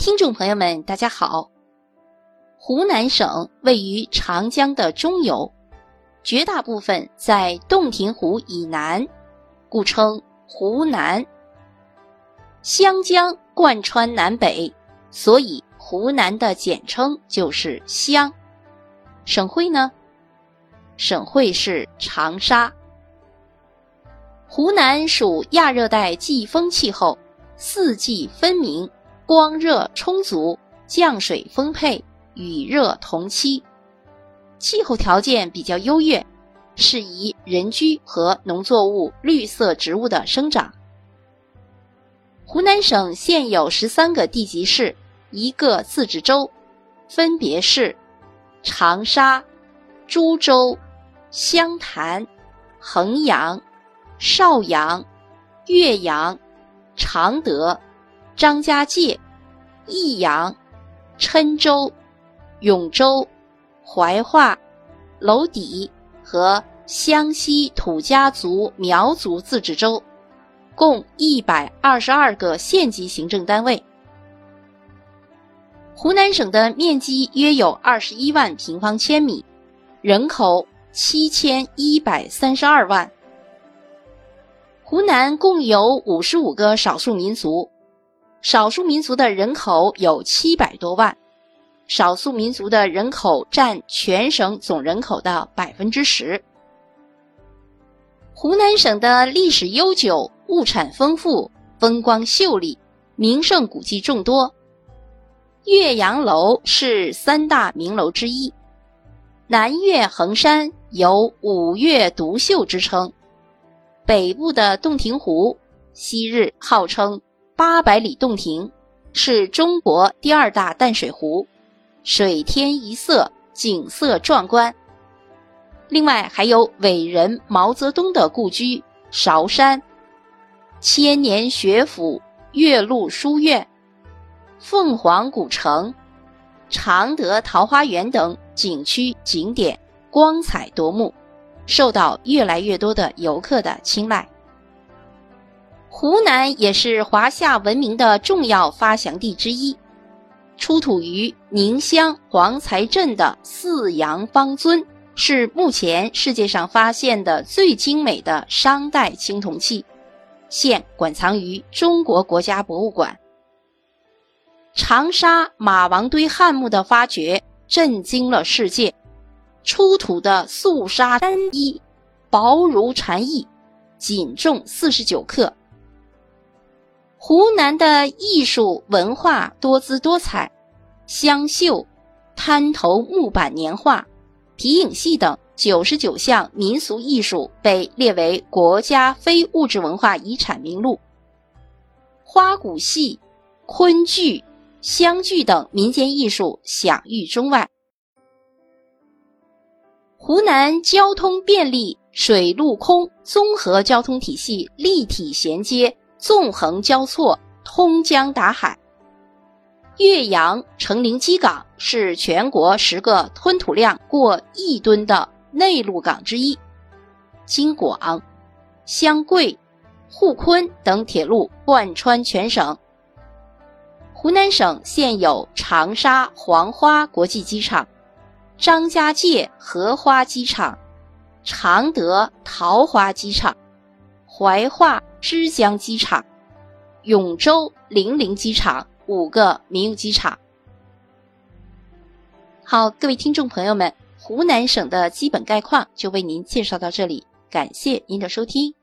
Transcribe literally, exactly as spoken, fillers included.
听众朋友们大家好，湖南省位于长江的中游，绝大部分在洞庭湖以南，故称湖南。湘江贯穿南北，所以湖南的简称就是湘。省会呢？省会是长沙。湖南属亚热带季风气候，四季分明，光热充足，降水丰沛，雨热同期，气候条件比较优越，适宜人居和农作物、绿色植物的生长。湖南省现有十三个地级市，一个自治州，分别是长沙、株洲、湘潭、衡阳、邵阳、岳阳、常德、张家界、益阳、郴州、永州、怀化、娄底和湘西土家族苗族自治州，共一百二十二个县级行政单位。湖南省的面积约有二十一万平方千米，人口七千一百三十二万。湖南共有五十五个少数民族，少数民族的人口有七百多万，少数民族的人口占全省总人口的 百分之十。 湖南省的历史悠久，物产丰富，风光秀丽，名胜古迹众多。岳阳楼是三大名楼之一，南岳衡山有五岳独秀之称，北部的洞庭湖昔日号称八百里洞庭，是中国第二大淡水湖，水天一色，景色壮观。另外还有伟人毛泽东的故居韶山、千年学府岳麓书院、凤凰古城、常德桃花源等景区景点光彩夺目，受到越来越多的游客的青睐。湖南也是华夏文明的重要发祥地之一，出土于宁乡黄才镇的四羊方尊是目前世界上发现的最精美的商代青铜器，现馆藏于中国国家博物馆。长沙马王堆汉墓的发掘震惊了世界，出土的素纱单衣薄如蝉翼，仅重四十九克。湖南的艺术文化多姿多彩，湘绣、滩头木板年画、皮影戏等九十九项民俗艺术被列为国家非物质文化遗产名录。花鼓戏、昆剧、湘剧等民间艺术享誉中外。湖南交通便利，水陆空综合交通体系立体衔接，纵横交错，通江达海。岳阳成陵基港是全国十个吞吐量过亿吨的内陆港之一。京广、湘桂、沪昆等铁路贯穿全省。湖南省现有长沙黄花国际机场、张家界荷花机场、常德桃花机场、怀化枝江机场、永州零陵机场五个民用机场。好，各位听众朋友们，湖南省的基本概况就为您介绍到这里，感谢您的收听。